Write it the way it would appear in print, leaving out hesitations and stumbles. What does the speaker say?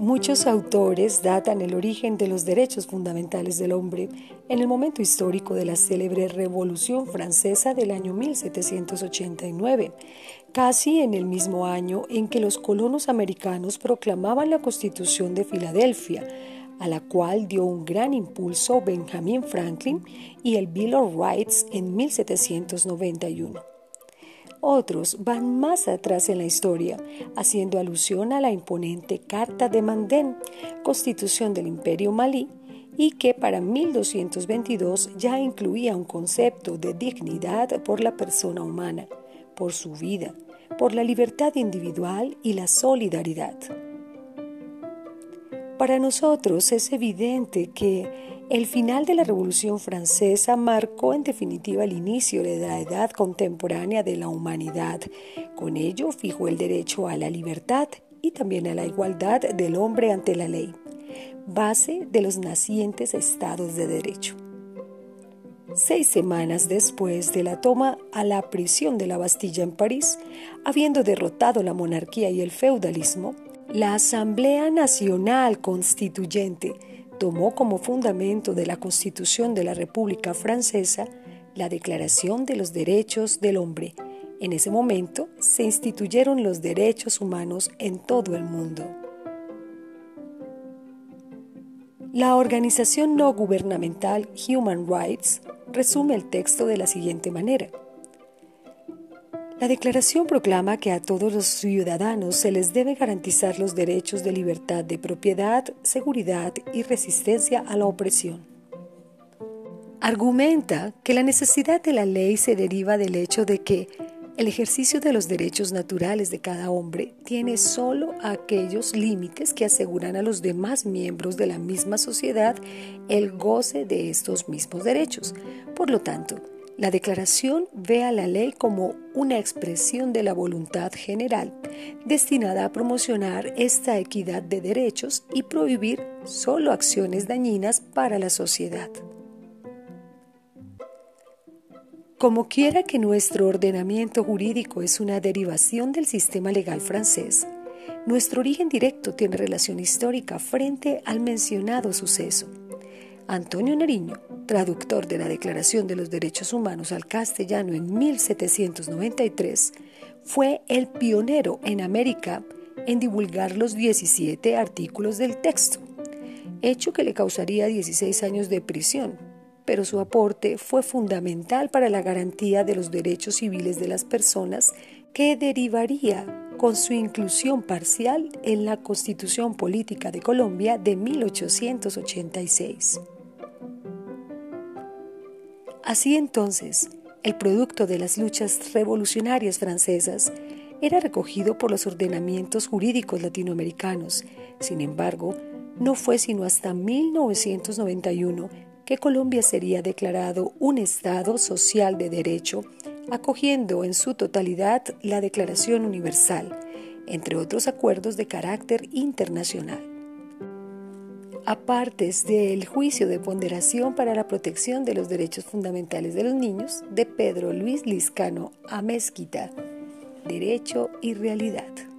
Muchos autores datan el origen de los derechos fundamentales del hombre en el momento histórico de la célebre Revolución Francesa del año 1789, casi en el mismo año en que los colonos americanos proclamaban la Constitución de Filadelfia, a la cual dio un gran impulso Benjamin Franklin, y el Bill of Rights en 1791. Otros van más atrás en la historia, haciendo alusión a la imponente Carta de Mandén, Constitución del Imperio Malí, y que para 1222 ya incluía un concepto de dignidad por la persona humana, por su vida, por la libertad individual y la solidaridad. Para nosotros es evidente que el final de la Revolución Francesa marcó en definitiva el inicio de la edad contemporánea de la humanidad. Con ello fijó el derecho a la libertad y también a la igualdad del hombre ante la ley, base de los nacientes estados de derecho. 6 semanas después de la toma a la prisión de la Bastilla en París, habiendo derrotado la monarquía y el feudalismo, la Asamblea Nacional Constituyente tomó como fundamento de la Constitución de la República Francesa la Declaración de los Derechos del Hombre. En ese momento se instituyeron los derechos humanos en todo el mundo. La organización no gubernamental Human Rights resume el texto de la siguiente manera. La declaración proclama que a todos los ciudadanos se les debe garantizar los derechos de libertad de propiedad, seguridad y resistencia a la opresión. Argumenta que la necesidad de la ley se deriva del hecho de que el ejercicio de los derechos naturales de cada hombre tiene solo aquellos límites que aseguran a los demás miembros de la misma sociedad el goce de estos mismos derechos. Por lo tanto, la declaración ve a la ley como una expresión de la voluntad general destinada a promocionar esta equidad de derechos y prohibir solo acciones dañinas para la sociedad. Como quiera que nuestro ordenamiento jurídico es una derivación del sistema legal francés, nuestro origen directo tiene relación histórica frente al mencionado suceso. Antonio Nariño, traductor de la Declaración de los Derechos Humanos al castellano en 1793, fue el pionero en América en divulgar los 17 artículos del texto, hecho que le causaría 16 años de prisión, pero su aporte fue fundamental para la garantía de los derechos civiles de las personas, que derivaría con su inclusión parcial en la Constitución Política de Colombia de 1886. Así entonces, el producto de las luchas revolucionarias francesas era recogido por los ordenamientos jurídicos latinoamericanos. Sin embargo, no fue sino hasta 1991 que Colombia sería declarado un Estado social de derecho, acogiendo en su totalidad la Declaración Universal, entre otros acuerdos de carácter internacional. Aparte del juicio de ponderación para la protección de los derechos fundamentales de los niños de Pedro Luis Lizcano Amezquita, Derecho y Realidad.